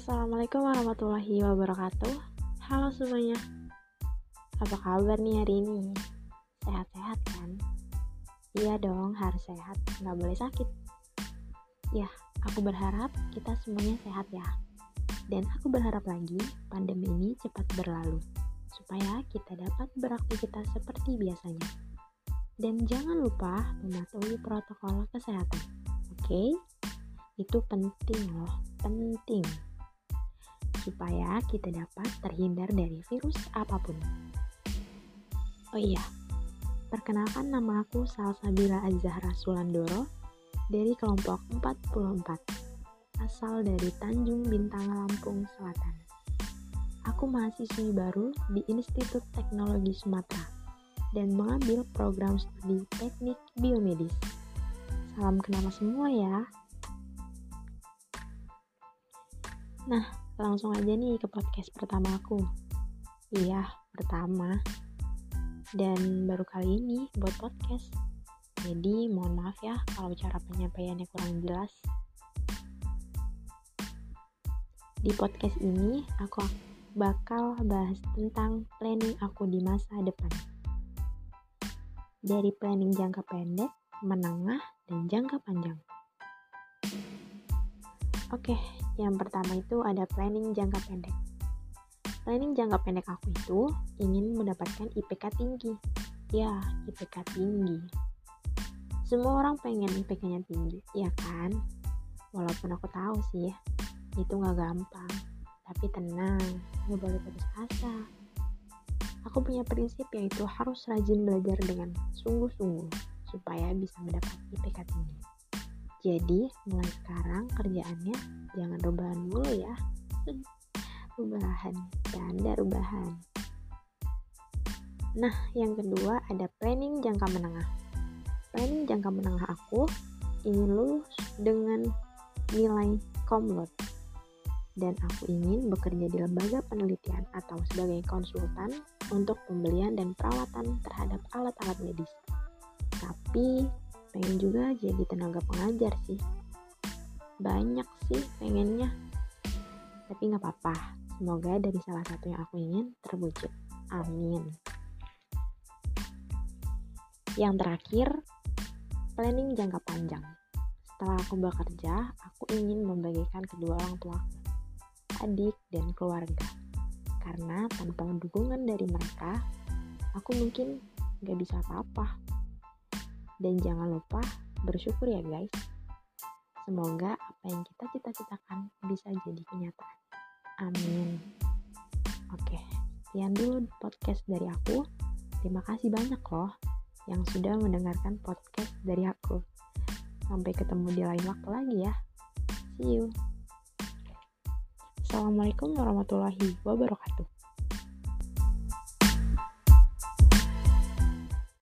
Assalamualaikum warahmatullahi wabarakatuh. Halo semuanya, apa kabar nih hari ini? Sehat-sehat kan? Iya dong, harus sehat, nggak boleh sakit. Ya, aku berharap kita semuanya sehat ya. Dan aku berharap lagi pandemi ini cepat berlalu, supaya kita dapat beraktivitas seperti biasanya. Dan jangan lupa mematuhi protokol kesehatan, oke? Itu penting loh, penting. Supaya kita dapat terhindar dari virus apapun. Oh iya, perkenalkan nama aku Salsabila Azahra Sulandoro dari kelompok 44, asal dari Tanjung Bintang, Lampung Selatan. Aku mahasiswi baru di Institut Teknologi Sumatera dan mengambil program studi teknik biomedis. Salam kenal semua ya. Nah, langsung aja nih ke podcast pertama aku. Iya, pertama. Dan baru kali ini buat podcast. Jadi mohon maaf ya kalau cara penyampaiannya kurang jelas. Di podcast ini aku bakal bahas tentang planning aku di masa depan. Dari planning jangka pendek, menengah, dan jangka panjang. Oke, yang pertama itu ada planning jangka pendek. Planning jangka pendek aku itu ingin mendapatkan IPK tinggi. Ya, IPK tinggi. Semua orang pengen IPK-nya tinggi, ya kan? Walaupun aku tahu sih, itu gak gampang. Tapi tenang, gak boleh putus asa. Aku punya prinsip yaitu harus rajin belajar dengan sungguh-sungguh supaya bisa mendapat IPK tinggi. Jadi, mulai sekarang kerjaannya jangan rebahan mulu ya. Rebahan. Nah, yang kedua ada planning jangka menengah. Planning jangka menengah aku ingin lulus dengan nilai cum laude. Dan aku ingin bekerja di lembaga penelitian atau sebagai konsultan untuk pembelian dan perawatan terhadap alat-alat medis. Tapi pengen juga jadi tenaga pengajar sih. Banyak sih pengennya. Tapi gak apa-apa. Semoga dari salah satu yang aku ingin terwujud. Amin. Yang terakhir, planning jangka panjang. Setelah aku bekerja, aku ingin membagikan kedua orang tuaku, adik dan keluarga. Karena tanpa dukungan dari mereka, aku mungkin gak bisa apa-apa. Dan jangan lupa bersyukur ya guys. Semoga apa yang kita cita-citakan bisa jadi kenyataan. Amin. Oke, sekian dulu podcast dari aku. Terima kasih banyak loh yang sudah mendengarkan podcast dari aku. Sampai ketemu di lain waktu lagi ya. See you. Assalamualaikum warahmatullahi wabarakatuh.